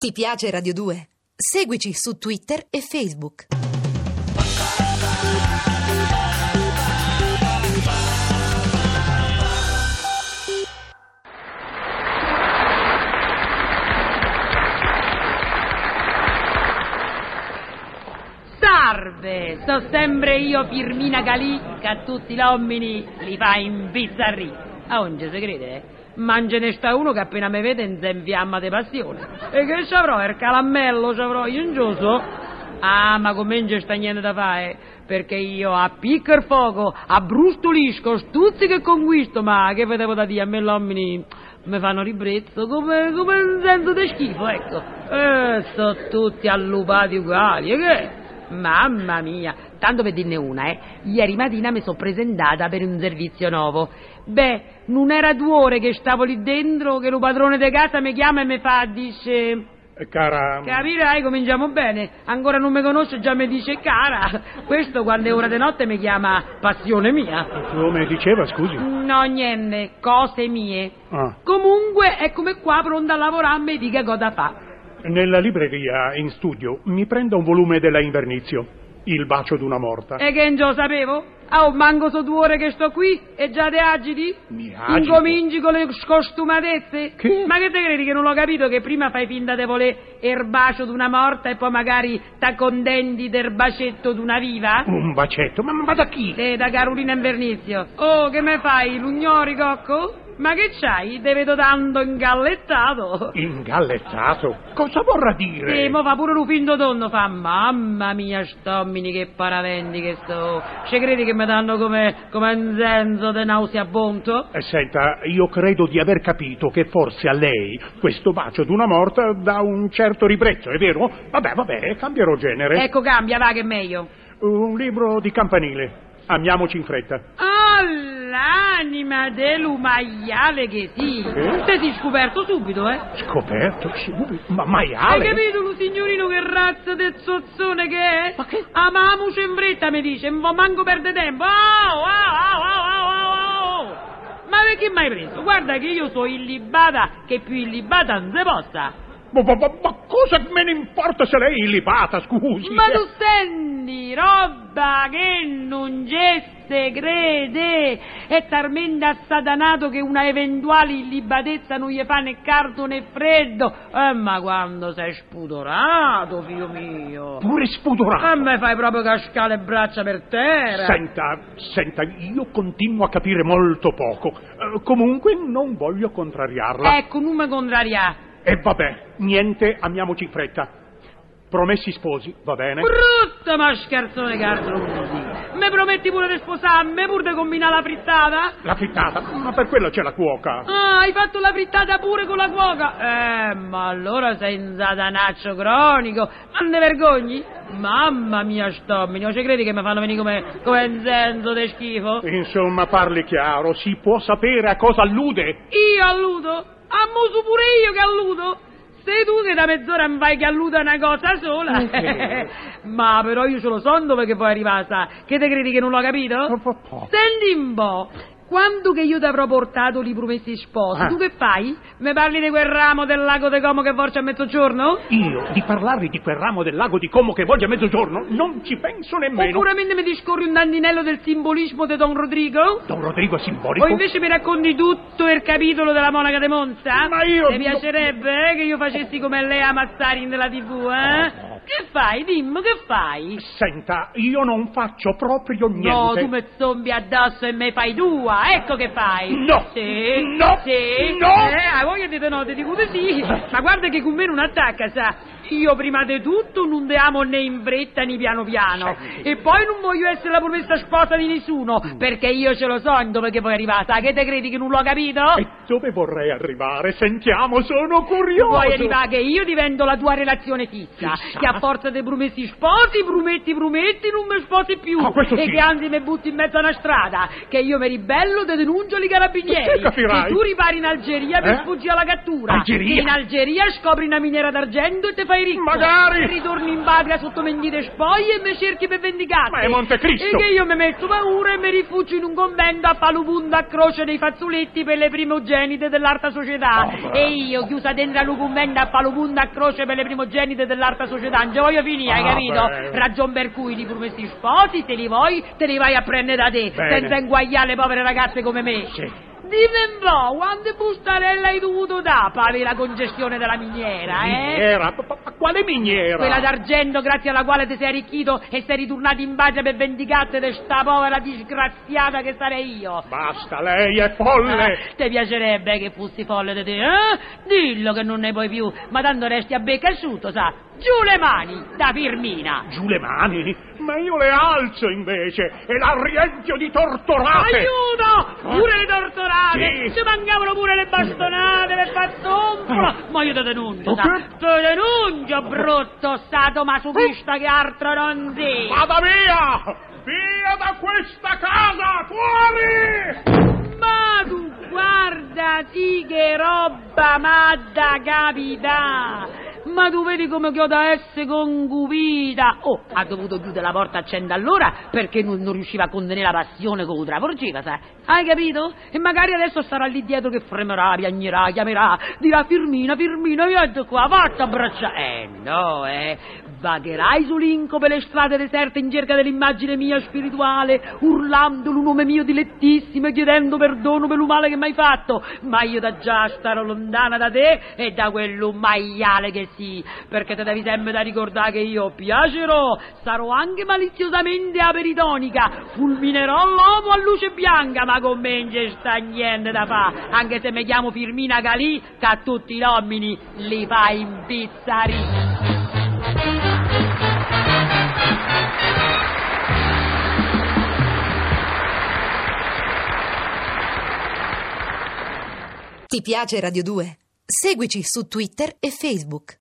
Ti piace Radio 2? Seguici su Twitter e Facebook. Salve, so sempre io Firmina Calì, che a tutti gli uomini li fa imbizzarrì. A onde si crede? Ma ce ne sta uno che appena mi vede in infiamma di passione. E che ci avrò? Il calammello ci avrò io in gioso? Ah, ma come non ci sta niente da fare, perché io a picco il fuoco, a brustolisco, stuzzico e conquisto, ma che vedevo da dire, a me gli uomini mi fanno ribrezzo, come un senso di schifo, ecco. Sono tutti allupati uguali, e che? Mamma mia, tanto per dirne una, ieri mattina mi sono presentata per un servizio nuovo. Beh, non era 2 ore che stavo lì dentro, che lo padrone di casa mi chiama e mi fa, dice... Cara... Capirai, cominciamo bene. Ancora non mi conosce, già mi dice cara. Questo quando è ora di notte mi chiama passione mia. Come diceva, scusi? No, niente, cose mie. Ah. Comunque, eccomi qua pronta a lavorare, mi dica cosa fa. Nella libreria, in studio, mi prenda un volume della Invernizio, Il bacio d'una morta. E che non lo sapevo? Oh, manco so 2 ore che sto qui e già te agiti? Mi agito? Incominci con le scostumatezze? Che? Ma che te credi che non l'ho capito che prima fai finta di voler il bacio d'una morta e poi magari t'accontenti del bacetto d'una viva? Un bacetto? Ma da chi? Da Carolina Invernizio. Oh, che me fai, lugnori, cocco? Ma che c'hai? Te vedo tanto ingallettato. Ingallettato? Cosa vorrà dire? Sì, mo fa pure un finto tonno, fa, mamma mia, stommini, che paravendi che sto. Ci credi che mi danno come un senso di nauseabonto? Senta, io credo di aver capito che forse a lei questo bacio d'una morta dà un certo ribrezzo, è vero? Vabbè, cambierò genere. Ecco, cambia, va che è meglio. Un libro di Campanile. Amiamoci in fretta. Oh, l'anima dello maiale che sì. Te si scoperto subito, Scoperto? Ma maiale? Hai capito, lo signorino, che razza del zozzone che è? Ma che? Amamoci in fretta, mi dice, non manco perde tempo. Ma perché mai preso? Guarda che io sono illibata, che più illibata non si possa. Ma cosa me ne importa se lei è illibata, scusi? Ma tu senti, roba che non c'è se crede, è talmente assadanato che una eventuale illibatezza non gli fa né caldo né freddo. Ma quando sei spudorato, figlio mio? Pure spudorato? A me fai proprio cascare le braccia per terra. Senta, io continuo a capire molto poco. Comunque non voglio contrariarla. Ecco, non mi contrariare. E vabbè, niente, amiamoci in fretta. Promessi sposi, va bene? Brutto ma scherzone cazzo così. Mi prometti pure di sposarmi, pure di combinare la frittata? La frittata? Ma per quello c'è la cuoca. Ah, hai fatto la frittata pure con la cuoca? Ma allora sei un satanaccio cronico. Ma non ne vergogni? Mamma mia, stommini, o ci credi che mi fanno venire come un senso di schifo? Insomma, parli chiaro, si può sapere a cosa allude? Io alludo? Ammuso pure io che alludo? Sei tu che da mezz'ora mi fai che alluda una cosa sola? Ma però io ce lo so dove che poi arriva, sa? Che te credi che non l'ho capito? Senti un po', quando che io ti avrò portato li promessi sposi, tu che fai? Mi parli di quel ramo del lago di Como che volge a mezzogiorno? Io? Di parlarvi di quel ramo del lago di Como che volge a mezzogiorno? Non ci penso nemmeno. Oppure mi discorri un dandinello del simbolismo di Don Rodrigo? Don Rodrigo è simbolico? O invece mi racconti tutto il capitolo della monaca di Monza? Ma io... Ti piacerebbe che io facessi come lei a Mazzari nella TV, Che fai? Dimmi, che fai? Senta, io non faccio proprio niente. No, tu mi zombi addosso e me fai tua, ecco che fai. No! Sì? No! Sì? No! Hai voglia di te no, ti dico di sì. Ma guarda che con me non attacca, sa. Io prima di tutto non te amo né in fretta né piano piano. E poi non voglio essere la promessa sposa di nessuno, perché io ce lo so dove che poi arrivata. Che te credi che non l'ho capito? E dove vorrei arrivare? Sentiamo, sono curioso. Vuoi arrivare che io divento la tua relazione fissa, che a forza dei promessi sposi, prometti, non mi sposi più. Questo sì. E che anzi mi butti in mezzo a una strada, che io mi ribello, te denuncio i carabinieri. Sì, capirai. Che tu ripari in Algeria per sfuggire alla cattura. Algeria? Che in Algeria scopri una miniera d'argento e te fai ricco. Magari. E ritorni in patria sotto mendite spoglie e mi cerchi per vendicarti. Ma è Montecristo. E che io mi metto paura e mi rifugio in un convento a Falubunda a croce dei fazzoletti per le primogenite dell'alta società. E io, chiusa dentro un convento a Falubunda a croce per le primogenite dell'alta società, non ci voglio finire, hai capito? Beh. Ragion per cui li promessi sposi, te li vuoi, te li vai a prendere da te, Bene. senza inguagliare le povere ragazze come me. Sì. Dimmi un po', quante bustarelle hai dovuto dare per avere la congestione della miniera, Miniera? Quale miniera? Quella d'argento grazie alla quale ti sei arricchito e sei ritornato in patria per vendicarti di sta povera disgraziata che sarei io. Basta, lei è folle. Ti piacerebbe che fossi folle di te, Dillo che non ne puoi più, ma tanto resti a becco asciutto, sa? Giù le mani, da Firmina. Giù le mani? Ma io le alzo invece e la riempio di tortorate. Aiuto! Pure le tortorate! Sì. Ci mancavano pure le bastonate per far sompro! Ma io te denuncio, sa? Che? Te denuncio, brutto stato masochista che altro non sei! Vada via! Via da questa casa! Fuori! Ma tu guarda, sì che roba m'ha da capità! Ma tu vedi come che ho da essere concupita! Oh, ha dovuto chiudere la porta a 100 all'ora perché non riusciva a contenere la passione che la porgeva, sai? Hai capito? E magari adesso sarà lì dietro che fremerà, piagnerà, chiamerà, dirà Firmina, vieni qua, vatti a abbracciare. No, vagherai sull'inco per le strade deserte in cerca dell'immagine mia spirituale, urlando un nome mio dilettissimo e chiedendo perdono per lo male che mi hai fatto. Ma io da già starò lontana da te e da quello maiale che sì, perché te devi sempre da ricordare che io piacerò, sarò anche maliziosamente aperitonica, fulminerò l'uomo a luce bianca, ma con me non c'è sta niente da fa, anche se mi chiamo Firmina Galì, che a tutti gli uomini li fa impizzarì. Ti piace Radio 2? Seguici su Twitter e Facebook.